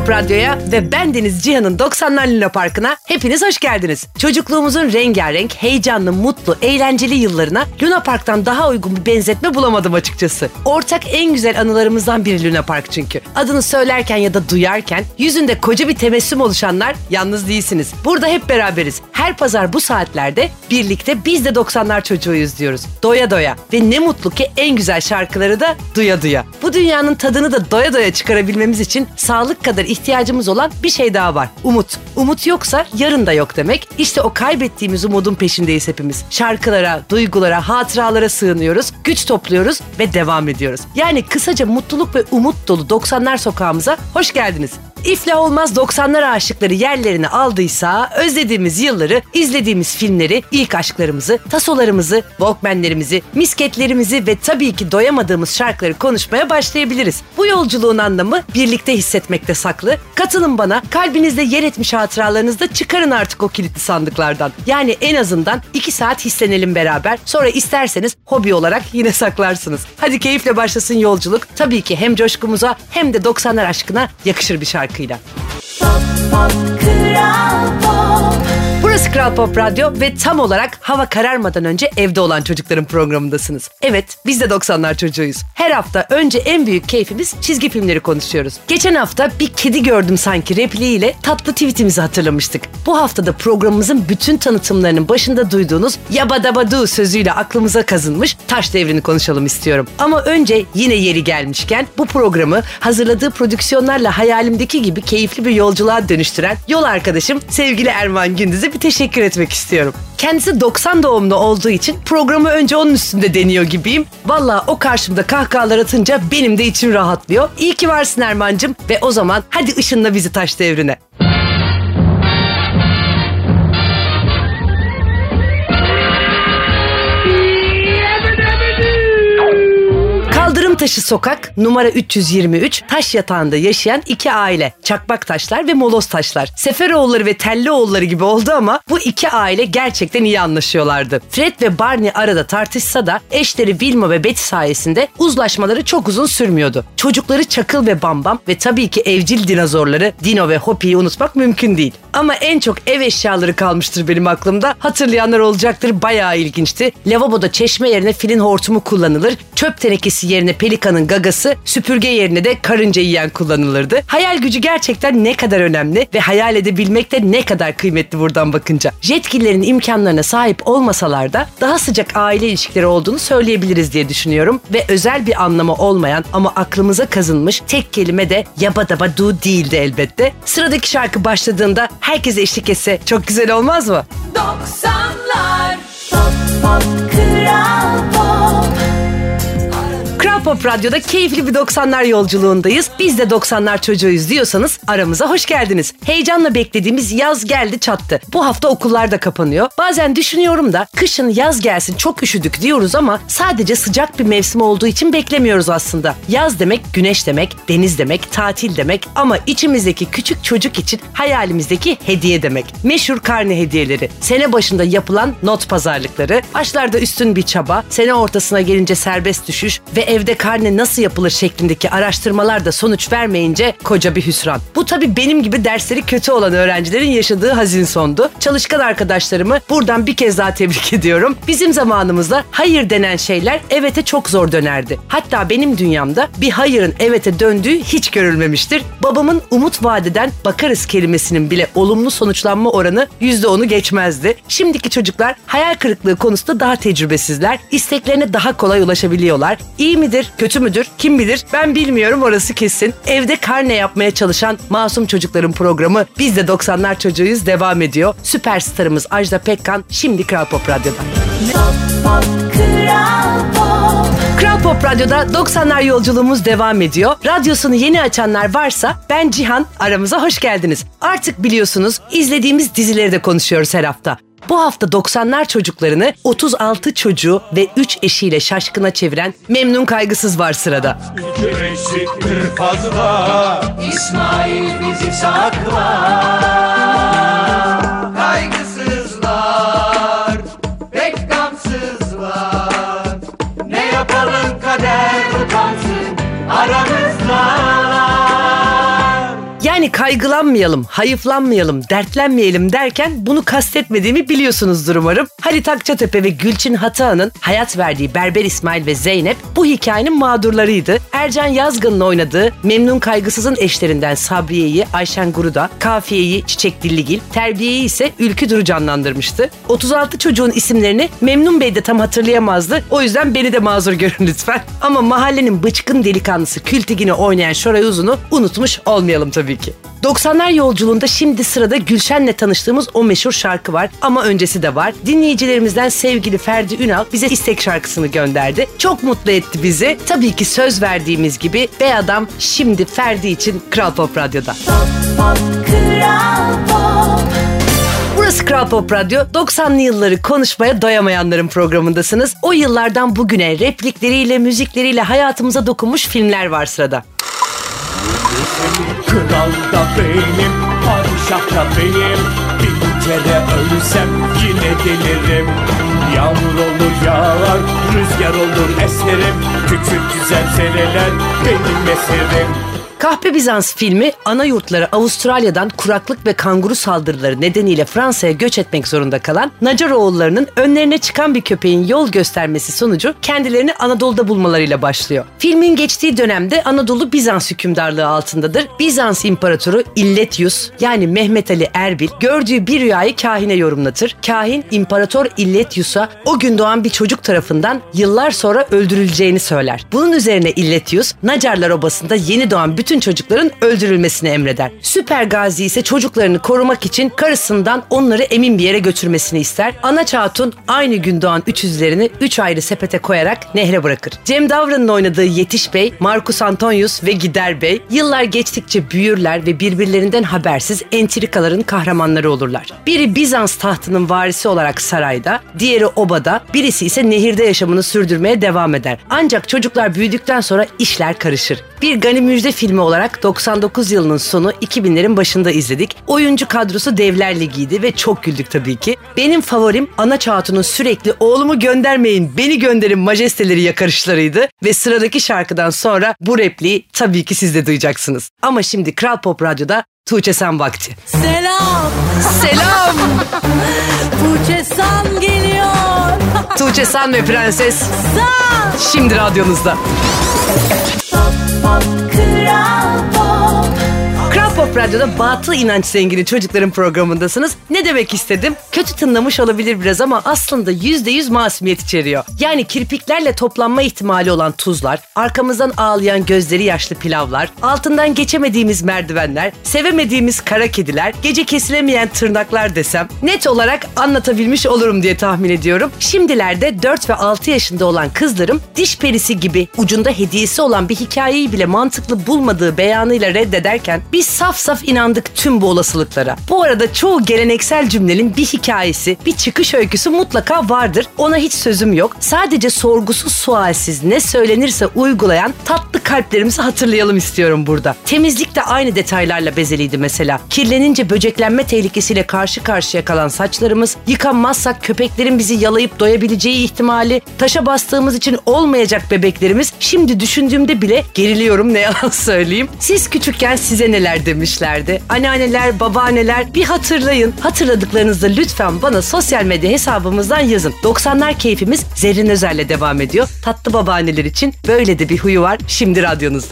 Pop Radyo'ya ve bendeniz Cihan'ın 90'lar Luna Parkı'na hepiniz hoş geldiniz. Çocukluğumuzun rengarenk, heyecanlı, mutlu, eğlenceli yıllarına Luna Park'tan daha uygun bir benzetme bulamadım açıkçası. Ortak en güzel anılarımızdan biri Luna Park çünkü. Adını söylerken ya da duyarken yüzünde koca bir tebessüm oluşanlar yalnız değilsiniz. Burada hep beraberiz. Her pazar bu saatlerde birlikte biz de 90'lar çocuğuyuz diyoruz. Doya doya. Ve ne mutlu ki en güzel şarkıları da duya duya. Bu dünyanın tadını da doya doya çıkarabilmemiz için sağlık kadar ihtiyacımız olan bir şey daha var. Umut. Umut yoksa yarın da yok demek. İşte o kaybettiğimiz umudun peşindeyiz hepimiz. Şarkılara, duygulara, hatıralara sığınıyoruz, güç topluyoruz ve devam ediyoruz. Yani kısaca mutluluk ve umut dolu 90'lar sokağımıza hoş geldiniz. İflah olmaz 90'lar aşıkları yerlerini aldıysa özlediğimiz yılları, izlediğimiz filmleri, ilk aşklarımızı, tasolarımızı, walkmanlerimizi, misketlerimizi ve tabii ki doyamadığımız şarkıları konuşmaya başlayabiliriz. Bu yolculuğun anlamı birlikte hissetmekte saklı. Katılın bana, kalbinizde yer etmiş hatıralarınızı da çıkarın artık o kilitli sandıklardan. Yani en azından 2 saat hissenelim beraber. Sonra isterseniz hobi olarak yine saklarsınız. Hadi keyifle başlasın yolculuk. Tabii ki hem coşkumuza hem de 90'lar aşkına yakışır bir şarkıyla. Pop, pop, Kral Pop. Burası Kral Pop Radyo ve tam olarak hava kararmadan önce evde olan çocukların programındasınız. Evet, biz de 90'lar çocuğuyuz. Her hafta önce en büyük keyfimiz çizgi filmleri konuşuyoruz. Geçen hafta bir kedi gördüm sanki repliğiyle tatlı tweetimizi hatırlamıştık. Bu haftada programımızın bütün tanıtımlarının başında duyduğunuz yabadabadu sözüyle aklımıza kazınmış Taş Devri'ni konuşalım istiyorum. Ama önce yine yeri gelmişken bu programı hazırladığı prodüksiyonlarla hayalimdeki gibi keyifli bir yolculuğa dönüştüren yol arkadaşım sevgili Erman Gündüz'e bir teşekkür etmek istiyorum. Kendisi 90 doğumlu olduğu için programı önce onun üstünde deniyor gibiyim. Vallahi o karşımda kahkahalar atınca benim de içim rahatlıyor. İyi ki varsın Erman'cığım ve o zaman hadi ışınla bizi Taş Devri'ne. Kaldırımtaşı Sokak numara 323 taş yatağında yaşayan 2 aile. Çakmaktaşlar ve Moloztaşlar. Seferoğulları ve Tellioğulları gibi oldu ama bu 2 aile gerçekten iyi anlaşıyorlardı. Fred ve Barney arada tartışsa da eşleri Wilma ve Betty sayesinde uzlaşmaları çok uzun sürmüyordu. Çocukları Çakıl ve Bambam ve tabii ki evcil dinozorları Dino ve Hoppy'yi unutmak mümkün değil. Ama en çok ev eşyaları kalmıştır benim aklımda. Hatırlayanlar olacaktır, bayağı ilginçti. Lavaboda çeşme yerine filin hortumu kullanılır. Çöp tenekesi yerine pelikanın gagası, süpürge yerine de karınca yiyen kullanılırdı. Hayal gücü gerçekten ne kadar önemli ve hayal edebilmek de ne kadar kıymetli buradan bakınca. Jetgiller'in imkanlarına sahip olmasalar da daha sıcak aile ilişkileri olduğunu söyleyebiliriz diye düşünüyorum. Ve özel bir anlamı olmayan ama aklımıza kazınmış tek kelime de yabadabadu değildi elbette. Sıradaki şarkı başladığında herkes eşlik etse çok güzel olmaz mı? 90'lar Pop, pop, Kral Pop. Kral Pop Radyo'da keyifli bir 90'lar yolculuğundayız. Biz de 90'lar çocuğuyuz diyorsanız aramıza hoş geldiniz. Heyecanla beklediğimiz yaz geldi çattı. Bu hafta okullar da kapanıyor. Bazen düşünüyorum da kışın yaz gelsin çok üşüdük diyoruz ama sadece sıcak bir mevsim olduğu için beklemiyoruz aslında. Yaz demek güneş demek, deniz demek, tatil demek ama içimizdeki küçük çocuk için hayalimizdeki hediye demek. Meşhur karne hediyeleri, sene başında yapılan not pazarlıkları, başlarda üstün bir çaba, sene ortasına gelince serbest düşüş ve evde karne nasıl yapılır şeklindeki araştırmalar da sonuç vermeyince koca bir hüsran. Bu tabii benim gibi dersleri kötü olan öğrencilerin yaşadığı hazin sondu. Çalışkan arkadaşlarımı buradan bir kez daha tebrik ediyorum. Bizim zamanımızda hayır denen şeyler evete çok zor dönerdi. Hatta benim dünyamda bir hayırın evete döndüğü hiç görülmemiştir. Babamın umut vadeden bakarız kelimesinin bile olumlu sonuçlanma oranı %10'u geçmezdi. Şimdiki çocuklar hayal kırıklığı konusunda daha tecrübesizler. İsteklerine daha kolay ulaşabiliyorlar. İyi midir, kötü müdür, kim bilir ben bilmiyorum, orası kesin. Evde karne yapmaya çalışan masum çocukların programı Biz de 90'lar çocuğuyuz devam ediyor. Süperstarımız Ajda Pekkan şimdi Kral Pop Radyo'da. Pop, pop, Kral Pop. Kral Pop Radyo'da 90'lar yolculuğumuz devam ediyor. Radyosunu yeni açanlar varsa ben Cihan, aramıza hoş geldiniz. Artık biliyorsunuz izlediğimiz dizileri de konuşuyoruz her hafta. Bu hafta 90'lar çocuklarını 36 çocuğu ve 3 eşiyle şaşkına çeviren Memnun Kaygısız var sırada. Eşittir fazla, İsmail bizi sakla. Kaygısızlar, pek gamsızlar. Ne yapalım kader utansın aramızda. Yani kaygılanmayalım, hayıflanmayalım, dertlenmeyelim derken bunu kastetmediğimi biliyorsunuzdur umarım. Halit Akçatepe ve Gülçin Hatao'nun hayat verdiği Berber İsmail ve Zeynep bu hikayenin mağdurlarıydı. Ercan Yazgan'ın oynadığı Memnun Kaygısız'ın eşlerinden Sabriye'yi Ayşen Guruda, Kafiye'yi Çiçek Dilligil, Terbiye'yi ise Ülkü Duru canlandırmıştı. 36 çocuğun isimlerini Memnun Bey de tam hatırlayamazdı. O yüzden beni de mazur görün lütfen. Ama mahallenin bıçkın delikanlısı Kültigini oynayan Şoray Uzun'u unutmuş olmayalım tabii ki. 90'lar yolculuğunda şimdi sırada Gülşen'le tanıştığımız o meşhur şarkı var ama öncesi de var. Dinleyicilerimizden sevgili Ferdi Ünal bize istek şarkısını gönderdi. Çok mutlu etti bizi. Tabii ki söz verdiğimiz gibi Bey Adam şimdi Ferdi için Kral Pop Radyo'da. Kral Pop. Burası Kral Pop Radyo. 90'lı yılları konuşmaya doyamayanların programındasınız. O yıllardan bugüne replikleriyle, müzikleriyle hayatımıza dokunmuş filmler var sırada. Kral da benim, padişah da benim. Bir kere ölsem yine gelirim. Yağmur olur yağar, rüzgar olur eserim. Küçük güzel seneler benim eserim. Kahpe Bizans filmi ana yurtları Avustralya'dan kuraklık ve kanguru saldırıları nedeniyle Fransa'ya göç etmek zorunda kalan Nacaroğullarının önlerine çıkan bir köpeğin yol göstermesi sonucu kendilerini Anadolu'da bulmalarıyla başlıyor. Filmin geçtiği dönemde Anadolu Bizans hükümdarlığı altındadır. Bizans İmparatoru Illetius yani Mehmet Ali Erbil gördüğü bir rüyayı kahine yorumlatır. Kahin İmparator Illetius'a o gün doğan bir çocuk tarafından yıllar sonra öldürüleceğini söyler. Bunun üzerine Illetius Nacarlar Obası'nda yeni doğan bütün çocukların öldürülmesini emreder. Süper Gazi ise çocuklarını korumak için karısından onları emin bir yere götürmesini ister. Anaç Hatun aynı gün doğan üçüzlerini 3 ayrı sepete koyarak nehre bırakır. Cem Davran'ın oynadığı Yetiş Bey, Marcus Antonius ve Gider Bey yıllar geçtikçe büyürler ve birbirlerinden habersiz entrikaların kahramanları olurlar. Biri Bizans tahtının varisi olarak sarayda, diğeri obada, birisi ise nehirde yaşamını sürdürmeye devam eder. Ancak çocuklar büyüdükten sonra işler karışır. Bir Gani Müjde filmi olarak 99 yılının sonu 2000'lerin başında izledik. Oyuncu kadrosu Devler Ligi'ydi ve çok güldük tabii ki. Benim favorim Anaç Hatun'un sürekli oğlumu göndermeyin, beni gönderin majesteleri yakarışlarıydı. Ve sıradaki şarkıdan sonra bu repliği tabii ki siz de duyacaksınız. Ama şimdi Kral Pop Radyo'da Tuğçe San vakti. Selam. Selam! Tuğçe San geliyor. Tuğçe San ve Prenses San. şimdi radyonuzda. Kral Pop. Kral Pop Radyo'da batıl inanç zengini çocukların programındasınız. Ne demek istedim? Kötü tınlamış olabilir biraz ama aslında %100 masumiyet içeriyor. Yani kirpiklerle toplanma ihtimali olan tuzlar, arkamızdan ağlayan gözleri yaşlı pilavlar, altından geçemediğimiz merdivenler, sevemediğimiz kara kediler, gece kesilemeyen tırnaklar desem net olarak anlatabilmiş olurum diye tahmin ediyorum. Şimdilerde 4 ve 6 yaşında olan kızlarım diş perisi gibi ucunda hediyesi olan bir hikayeyi bile mantıklı bulmadığı beyanıyla reddederken biz saf saf inandık tüm bu olasılıklara. Bu arada çoğu geleneksel cümlenin bir hikayesi, bir çıkış öyküsü mutlaka vardır. Ona hiç sözüm yok. Sadece sorgusuz sualsiz ne söylenirse uygulayan tatlı kalplerimizi hatırlayalım istiyorum burada. Temizlik de aynı detaylarla bezeliydi mesela. Kirlenince böceklenme tehlikesiyle karşı karşıya kalan saçlarımız, yıkanmazsak köpeklerin bizi yalayıp doyabileceği ihtimali, taşa bastığımız için olmayacak bebeklerimiz. Şimdi düşündüğümde bile geriliyorum, ne yalan söyleyeyim. Siz küçükken size neler demişlerdi? Anneanneler, babaanneler bir hatırlayın. Hatırladıklarınızda lütfen bana sosyal medya hesabımızdan yazın. 90'lar keyfimiz Zerrin Özer'le devam ediyor. Tatlı babaanneler için böyle de bir huyu var. Şimdi radyonuzda.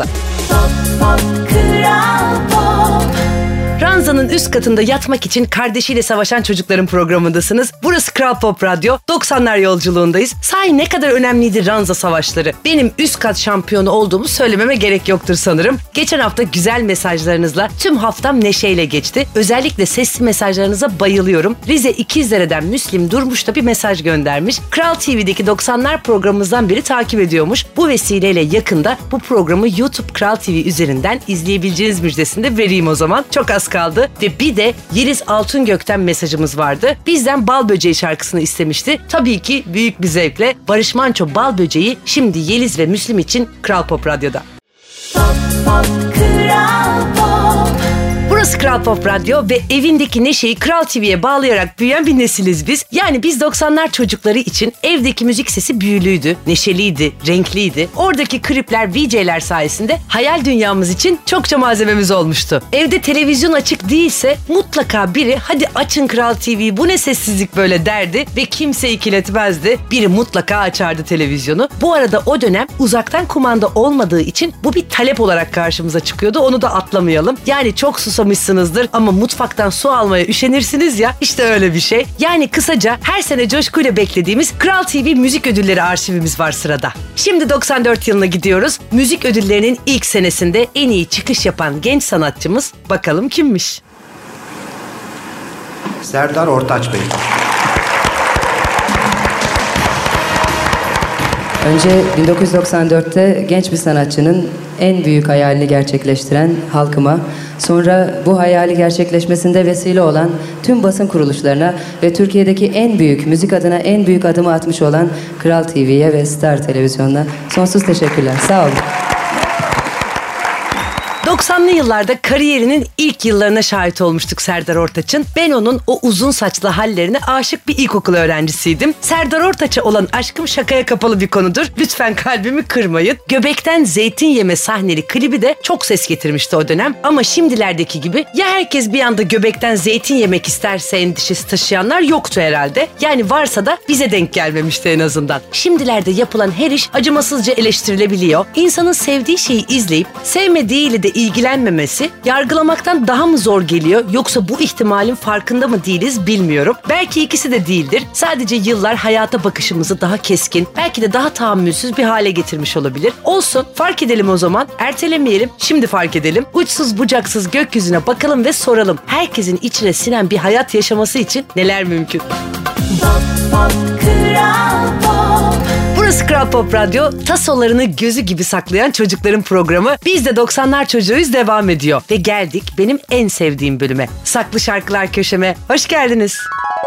Kral Pop. Ranzanın üst katında yatmak için kardeşiyle savaşan çocukların programındasınız. Burası Kral Pop Radyo. 90'lar yolculuğundayız. Sahi ne kadar önemliydi ranza savaşları. Benim üst kat şampiyonu olduğumu söylememe gerek yoktur sanırım. Geçen hafta güzel mesajlarınızla tüm haftam neşeyle geçti. Özellikle sesli mesajlarınıza bayılıyorum. Rize İkizdere'den Müslim Durmuş da bir mesaj göndermiş. Kral TV'deki 90'lar programımızdan biri takip ediyormuş. Bu vesileyle yakında bu programı YouTube Kral TV üzerinden izleyebileceğiniz müjdesini de vereyim o zaman. Çok az kaldı ve bir de Yeliz Altungök'ten mesajımız vardı. Bizden Bal Böceği şarkısını istemişti. Tabii ki büyük bir zevkle Barış Manço Bal Böceği şimdi Yeliz ve Müslim için Kral Pop Radyo'da. Kral Pop. Burası Kral Pop Radyo ve evindeki neşeyi Kral TV'ye bağlayarak büyüyen bir nesiliz biz. Yani biz 90'lar çocukları için evdeki müzik sesi büyülüydü, neşeliydi, renkliydi. Oradaki klipler, VJ'ler sayesinde hayal dünyamız için çokça malzememiz olmuştu. Evde televizyon açık değilse mutlaka biri hadi açın Kral TV'yi, bu ne sessizlik böyle derdi ve kimse ikiletmezdi. Biri mutlaka açardı televizyonu. Bu arada o dönem uzaktan kumanda olmadığı için bu bir talep olarak karşımıza çıkıyordu. Onu da atlamayalım. Yani çok susamışsınızdır ama mutfaktan su almaya üşenirsiniz ya, işte öyle bir şey. Yani kısaca her sene coşkuyla beklediğimiz Kral TV Müzik Ödülleri arşivimiz var sırada. Şimdi 94 yılına gidiyoruz. Müzik ödüllerinin ilk senesinde en iyi çıkış yapan genç sanatçımız bakalım kimmiş? Serdar Ortaç Bey. Önce 1994'te genç bir sanatçının en büyük hayalini gerçekleştiren halkıma, sonra bu hayali gerçekleşmesinde vesile olan tüm basın kuruluşlarına ve Türkiye'deki en büyük, müzik adına en büyük adımı atmış olan Kral TV'ye ve Star Televizyonu'na sonsuz teşekkürler. Sağ olun. 90'lı yıllarda kariyerinin ilk yıllarına şahit olmuştuk Serdar Ortaç'ın. Ben onun o uzun saçlı hallerine aşık bir ilkokul öğrencisiydim. Serdar Ortaç'a olan aşkım şakaya kapalı bir konudur. Lütfen kalbimi kırmayın. Göbekten zeytin yeme sahneli klibi de çok ses getirmişti o dönem. Ama şimdilerdeki gibi ya herkes bir anda göbekten zeytin yemek isterse endişesi taşıyanlar yoktu herhalde. Yani varsa da bize denk gelmemişti en azından. Şimdilerde yapılan her iş acımasızca eleştirilebiliyor. İnsanın sevdiği şeyi izleyip sevmediğiyle de ilgilenmemesi yargılamaktan daha mı zor geliyor, yoksa bu ihtimalin farkında mı değiliz bilmiyorum. Belki ikisi de değildir. Sadece yıllar hayata bakışımızı daha keskin, belki de daha tahammülsüz bir hale getirmiş olabilir. Olsun, fark edelim o zaman. Ertelemeyelim, şimdi fark edelim. Uçsuz bucaksız gökyüzüne bakalım ve soralım. Herkesin içine sinen bir hayat yaşaması için neler mümkün? Pop pop Kral Pop. Burası Kral Pop Radyo, tasolarını gözü gibi saklayan çocukların programı. Biz de 90'lar çocuğuyuz devam ediyor. Ve geldik benim en sevdiğim bölüme. Saklı şarkılar köşeme. Hoş geldiniz.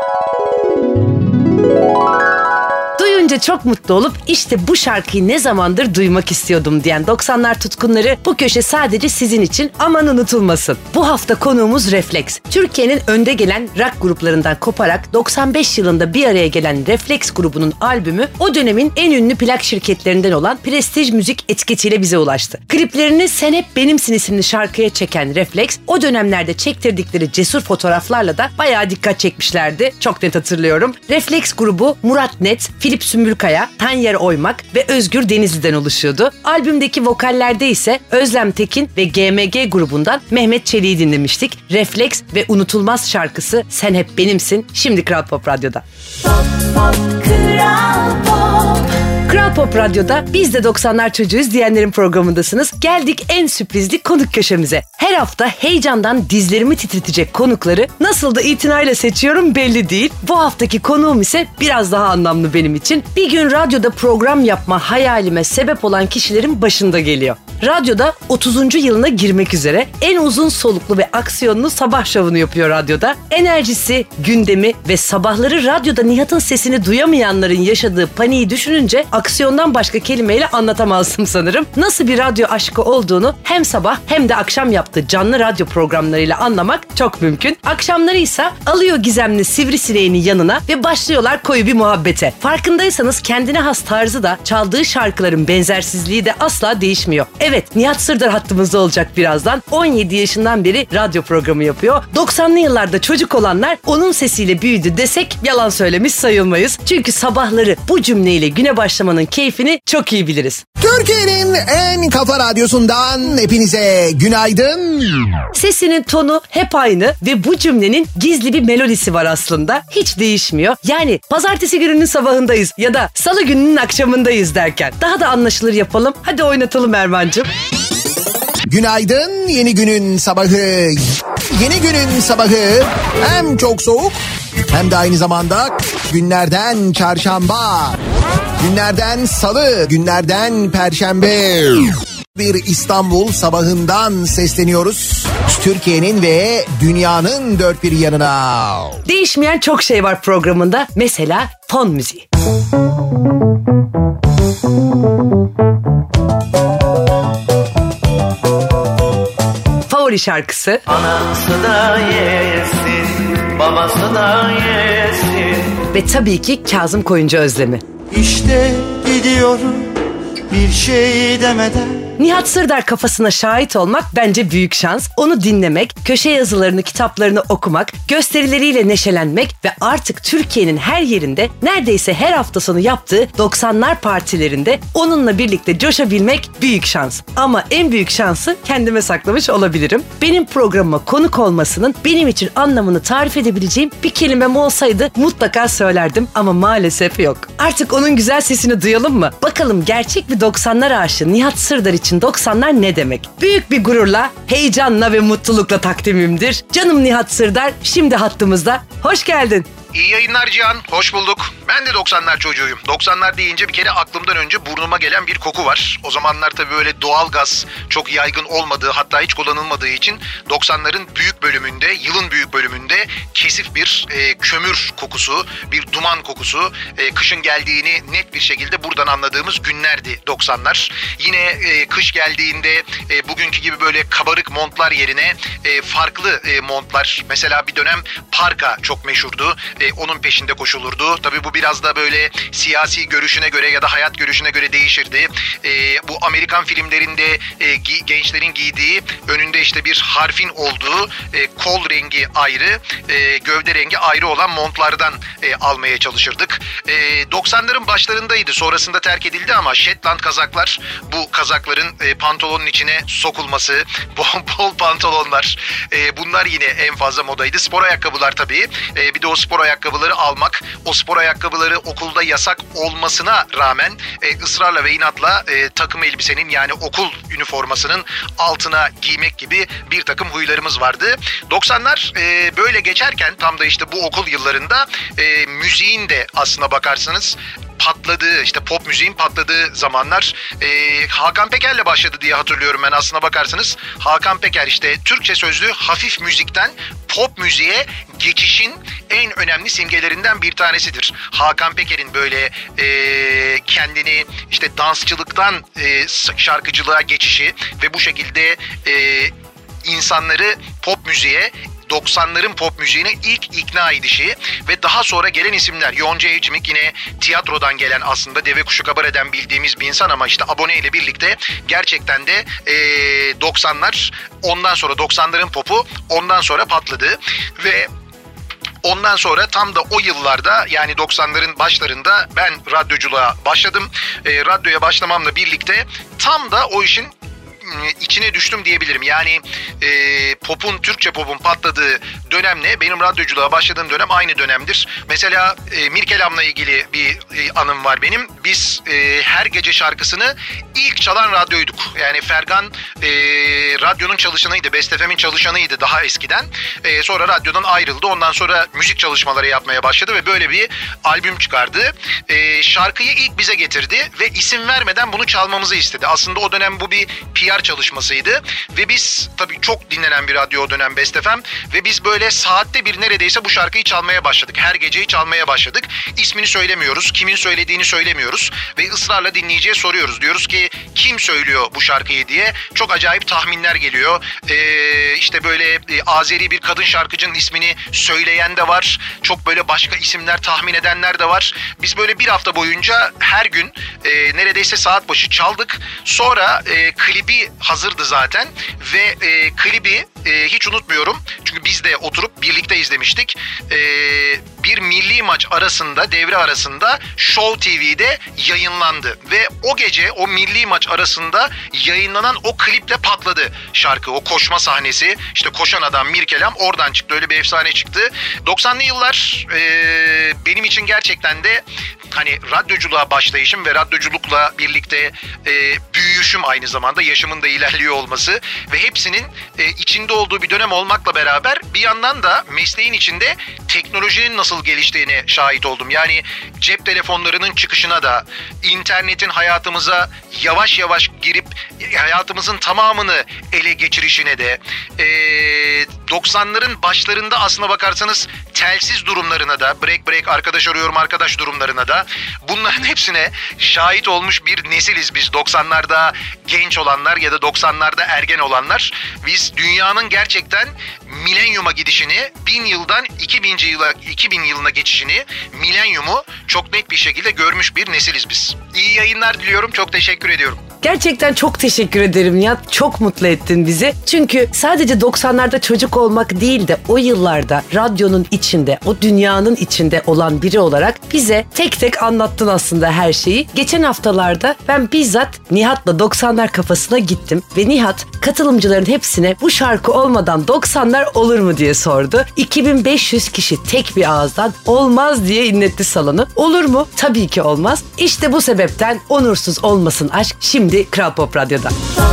Duyunca çok mutlu olup işte bu şarkıyı ne zamandır duymak istiyordum diyen 90'lar tutkunları, bu köşe sadece sizin için, aman unutulmasın. Bu hafta konuğumuz Reflex. Türkiye'nin önde gelen rock gruplarından koparak 95 yılında bir araya gelen Reflex grubunun albümü o dönemin en ünlü plak şirketlerinden olan Prestige Müzik etiketiyle bize ulaştı. Kliplerini Sen Hep Benimsin isimli şarkıya çeken Reflex, o dönemlerde çektirdikleri cesur fotoğraflarla da bayağı dikkat çekmişlerdi. Çok net hatırlıyorum. Reflex grubu Murat Net, Filip Sümbülkaya, Tanyer Oymak ve Özgür Denizli'den oluşuyordu. Albümdeki vokallerde ise Özlem Tekin ve GMG grubundan Mehmet Çelik'i dinlemiştik. Reflex ve unutulmaz şarkısı Sen Hep Benimsin şimdi Kral Pop Radyo'da. Pop pop Kral Pop. Kral Pop Radyo'da biz de 90'lar çocuğuyuz diyenlerin programındasınız. Geldik en sürprizli konuk köşemize. Her hafta heyecandan dizlerimi titretecek konukları nasıl da itinayla seçiyorum belli değil. Bu haftaki konuğum ise biraz daha anlamlı benim için. Bir gün radyoda program yapma hayalime sebep olan kişilerin başında geliyor. Radyoda 30. yılına girmek üzere en uzun soluklu ve aksiyonlu sabah şovunu yapıyor radyoda. Enerjisi, gündemi ve sabahları radyoda Nihat'ın sesini duyamayanların yaşadığı paniği düşününce aksiyondan başka kelimeyle anlatamazdım sanırım. Nasıl bir radyo aşkı olduğunu hem sabah hem de akşam yaptığı canlı radyo programlarıyla anlamak çok mümkün. Akşamları ise alıyor gizemli sivrisineğini yanına ve başlıyorlar koyu bir muhabbete. Farkındaysanız kendine has tarzı da, çaldığı şarkıların benzersizliği de asla değişmiyor. Evet, Nihat Sırdar hattımızda olacak birazdan. 17 yaşından beri radyo programı yapıyor. 90'lı yıllarda çocuk olanlar onun sesiyle büyüdü desek yalan söylemiş sayılmayız. Çünkü sabahları bu cümleyle güne başlamanın keyfini çok iyi biliriz. Türkiye'nin en kafa radyosundan hepinize günaydın. Sesinin tonu hep aynı ve bu cümlenin gizli bir melodisi var aslında. Hiç değişmiyor. Yani pazartesi gününün sabahındayız ya da salı gününün akşamındayız derken. Daha da anlaşılır yapalım. Hadi oynatalım Erman'cığım. Günaydın, yeni günün sabahı. Yeni günün sabahı hem çok soğuk hem de aynı zamanda günlerden çarşamba, günlerden salı, günlerden perşembe. Bir İstanbul sabahından sesleniyoruz. Türkiye'nin ve dünyanın dört bir yanına. Değişmeyen çok şey var programında. Mesela fon müziği. Favori şarkısı. Anası da yesin, babası da yesin. Ve tabii ki Kazım Koyuncu özlemi. İşte gidiyorum bir şey demeden. Nihat Sırdar kafasına şahit olmak bence büyük şans. Onu dinlemek, köşe yazılarını, kitaplarını okumak, gösterileriyle neşelenmek ve artık Türkiye'nin her yerinde neredeyse her hafta sonu yaptığı 90'lar partilerinde onunla birlikte coşabilmek büyük şans. Ama en büyük şansı kendime saklamış olabilirim. Benim programıma konuk olmasının benim için anlamını tarif edebileceğim bir kelimem olsaydı mutlaka söylerdim ama maalesef yok. Artık onun güzel sesini duyalım mı? Bakalım gerçek bir 90'lar aşığı Nihat Sırdar için 90'lar ne demek? Büyük bir gururla, heyecanla ve mutlulukla takdimimdir. Canım Nihat Sırdar şimdi hattımızda. Hoş geldin. İyi yayınlar Cihan, hoş bulduk. Ben de 90'lar çocuğuyum. 90'lar deyince bir kere aklımdan önce burnuma gelen bir koku var. O zamanlar tabii böyle doğalgaz çok yaygın olmadığı, hatta hiç kullanılmadığı için 90'ların büyük bölümünde, yılın büyük bölümünde kesif bir kömür kokusu, bir duman kokusu, kışın geldiğini net bir şekilde buradan anladığımız günlerdi 90'lar. Yine kış geldiğinde bugünkü gibi böyle kabarık montlar yerine farklı montlar, mesela bir dönem parka çok meşhurdu. Onun peşinde koşulurdu. Tabii bu biraz da böyle siyasi görüşüne göre ya da hayat görüşüne göre değişirdi. Bu Amerikan filmlerinde gençlerin giydiği, önünde işte bir harfin olduğu, kol rengi ayrı, gövde rengi ayrı olan montlardan almaya çalışırdık. 90'ların başlarındaydı. Sonrasında terk edildi ama Shetland kazaklar, bu kazakların pantolonun içine sokulması, bol pantolonlar, bunlar yine en fazla modaydı. Spor ayakkabılar tabii. Bir de o spor ayakkabıları almak, o spor ayakkabıları okulda yasak olmasına rağmen ısrarla ve inatla takım elbisenin, yani okul üniformasının altına giymek gibi bir takım huylarımız vardı. 90'lar böyle geçerken tam da işte bu okul yıllarında müziğin de aslına bakarsanız patladığı, işte pop müziğin patladığı zamanlar. Hakan Peker'le başladı diye hatırlıyorum ben, aslına bakarsanız. Hakan Peker işte Türkçe sözlü hafif müzikten pop müziğe geçişin en önemli simgelerinden bir tanesidir. Hakan Peker'in böyle kendini işte dansçılıktan şarkıcılığa geçişi ve bu şekilde insanları pop müziğe, 90'ların pop müziğine ilk ikna edişi ve daha sonra gelen isimler. Yonca Evcimik yine tiyatrodan gelen, aslında Deve Kuşu Kabare'den bildiğimiz bir insan ama işte Abone ile birlikte gerçekten de 90'lar, ondan sonra 90'ların popu ondan sonra patladı ve ondan sonra tam da o yıllarda, yani 90'ların başlarında ben radyoculuğa başladım. Radyoya başlamamla birlikte tam da o işin içine düştüm diyebilirim. Yani Türkçe popun patladığı dönemle benim radyoculuğa başladığım dönem aynı dönemdir. Mesela Mirkelam'la ilgili bir anım var benim. Biz her gece şarkısını ilk çalan radyoyduk. Yani Fergan radyonun çalışanıydı, Best FM'in çalışanıydı daha eskiden. Sonra radyodan ayrıldı. Ondan sonra müzik çalışmaları yapmaya başladı ve böyle bir albüm çıkardı. Şarkıyı ilk bize getirdi ve isim vermeden bunu çalmamızı istedi. Aslında o dönem bu bir PR çalışmasıydı ve biz tabii çok dinlenen bir radyo o dönem Best FM ve biz böyle saatte bir neredeyse bu şarkıyı çalmaya başladık. Her geceyi çalmaya başladık. İsmini söylemiyoruz, kimin söylediğini söylemiyoruz ve ısrarla dinleyiciye soruyoruz. Diyoruz ki kim söylüyor bu şarkıyı diye. Çok acayip tahminler geliyor. İşte böyle Azeri bir kadın şarkıcının ismini söyleyen de var. Çok böyle başka isimler tahmin edenler de var. Biz böyle bir hafta boyunca her gün neredeyse saat başı çaldık. Sonra klibi hazırdı zaten ve klibi hiç unutmuyorum. Çünkü biz de oturup birlikte izlemiştik. Bir milli maç arasında, devre arasında Show TV'de yayınlandı. Ve o gece o milli maç arasında yayınlanan o kliple patladı şarkı. O koşma sahnesi, işte koşan adam Mirkelam oradan çıktı. Öyle bir efsane çıktı. 90'lı yıllar benim için gerçekten de hani radyoculuğa başlayışım ve radyoculukla birlikte büyüyüşüm, aynı zamanda yaşımın da ilerliyor olması ve hepsinin içinde olduğu bir dönem olmakla beraber bir yandan da mesleğin içinde teknolojinin nasıl geliştiğine şahit oldum. Yani cep telefonlarının çıkışına da, internetin hayatımıza yavaş yavaş girip hayatımızın tamamını ele geçirişine de, 90'ların başlarında aslına bakarsanız telsiz durumlarına da, break arkadaş arıyorum arkadaş durumlarına da, bunların hepsine şahit olmuş bir nesiliz biz. 90'larda genç olanlar ya da 90'larda ergen olanlar. Biz dünyanın gerçekten milenyuma gidişini, 1000 yıldan 2000 yılına geçişini, milenyumu çok net bir şekilde görmüş bir nesiliz biz. İyi yayınlar diliyorum. Çok teşekkür ediyorum. Gerçekten çok teşekkür ederim Nihat. Çok mutlu ettin bizi. Çünkü sadece 90'larda çocuk olmak değil de o yıllarda radyonun içinde, o dünyanın içinde olan biri olarak bize tek tek anlattın aslında her şeyi. Geçen haftalarda ben bizzat Nihat'la 90'lar kafasına gittim ve Nihat katılımcıların hepsine bu şarkı olmadan 90'lar olur mu diye sordu. 2500 kişi tek bir ağızdan olmaz diye inletti salonu. Olur mu? Tabii ki olmaz. İşte bu sebepten onursuz olmasın aşk şimdi Kral Pop Radyo'da.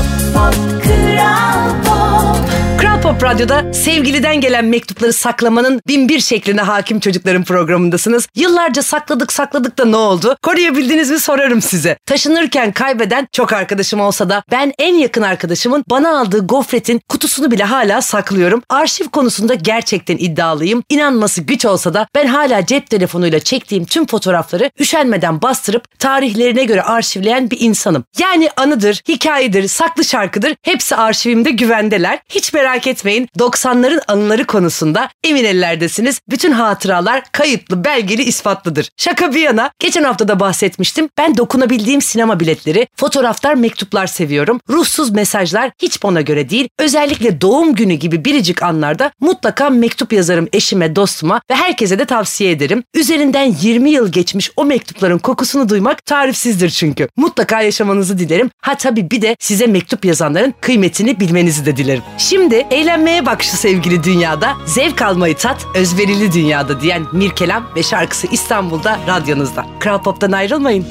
Kral Pop Radyo'da sevgiliden gelen mektupları saklamanın 1001 şekline hakim çocukların programındasınız. Yıllarca sakladık da ne oldu? Koruyabildiniz mi sorarım size. Taşınırken kaybeden çok arkadaşım olsa da ben en yakın arkadaşımın bana aldığı gofretin kutusunu bile hala saklıyorum. Arşiv konusunda gerçekten iddialıyım. İnanması güç olsa da ben hala cep telefonuyla çektiğim tüm fotoğrafları üşenmeden bastırıp tarihlerine göre arşivleyen bir insanım. Yani anıdır, hikayedir, saklı şarkıdır hepsi arşivimde güvendeler. Hiç merak etmeyin, 90'ların anıları konusunda emin ellerdesiniz. Bütün hatıralar kayıtlı, belgeli, ispatlıdır. Şaka bir yana, geçen hafta da bahsetmiştim. Ben dokunabildiğim sinema biletleri, fotoğraflar, mektuplar seviyorum. Ruhsuz mesajlar hiç bana göre değil. Özellikle doğum günü gibi biricik anlarda mutlaka mektup yazarım eşime, dostuma ve herkese de tavsiye ederim. Üzerinden 20 yıl geçmiş o mektupların kokusunu duymak tarifsizdir çünkü. Mutlaka yaşamanızı dilerim. Ha tabii bir de size mektup yazanların kıymetini bilmenizi de dilerim. Şimdi eğlenmeye bak şu sevgili dünyada, zevk almayı tat, özverili dünyada diyen Mirkelam ve şarkısı İstanbul'da radyonuzda. Kral Pop'tan ayrılmayın.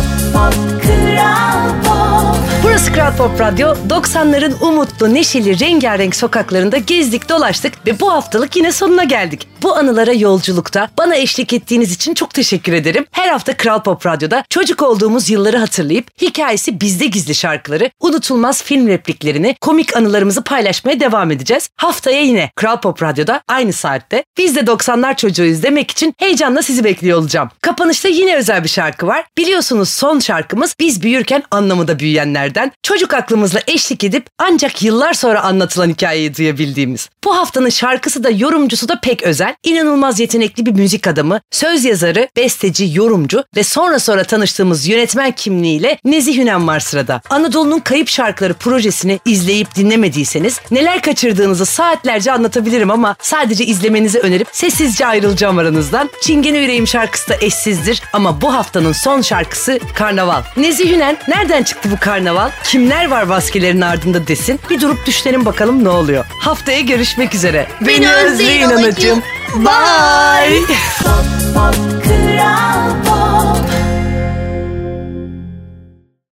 Burası Kral Pop Radyo. 90'ların umutlu, neşeli, rengarenk sokaklarında gezdik, dolaştık ve bu haftalık yine sonuna geldik. Bu anılara yolculukta bana eşlik ettiğiniz için çok teşekkür ederim. Her hafta Kral Pop Radyo'da çocuk olduğumuz yılları hatırlayıp hikayesi bizde gizli şarkıları, unutulmaz film repliklerini, komik anılarımızı paylaşmaya devam edeceğiz. Haftaya yine Kral Pop Radyo'da aynı saatte biz de 90'lar çocuğuyuz demek için heyecanla sizi bekliyor olacağım. Kapanışta yine özel bir şarkı var. Biliyorsunuz son şarkımız biz büyürken anlamı da büyüyenlerden. Çocuk aklımızla eşlik edip ancak yıllar sonra anlatılan hikayeyi duyabildiğimiz. Bu haftanın şarkısı da yorumcusu da pek özel. İnanılmaz yetenekli bir müzik adamı, söz yazarı, besteci, yorumcu ve sonra tanıştığımız yönetmen kimliğiyle Nezih Ünen var sırada. Anadolu'nun Kayıp Şarkıları projesini izleyip dinlemediyseniz neler kaçırdığınızı saatlerce anlatabilirim ama sadece izlemenizi önerip sessizce ayrılacağım aranızdan. Çingene Yüreğim şarkısı da eşsizdir ama bu haftanın son şarkısı Karnaval. Nezih Ünen nereden çıktı bu karnaval? Kimler var maskelerin ardında desin. Bir durup düşünelim bakalım ne oluyor. Haftaya görüşmek üzere. Beni özleyin anacığım. Bye. Pop, pop, Kral Pop.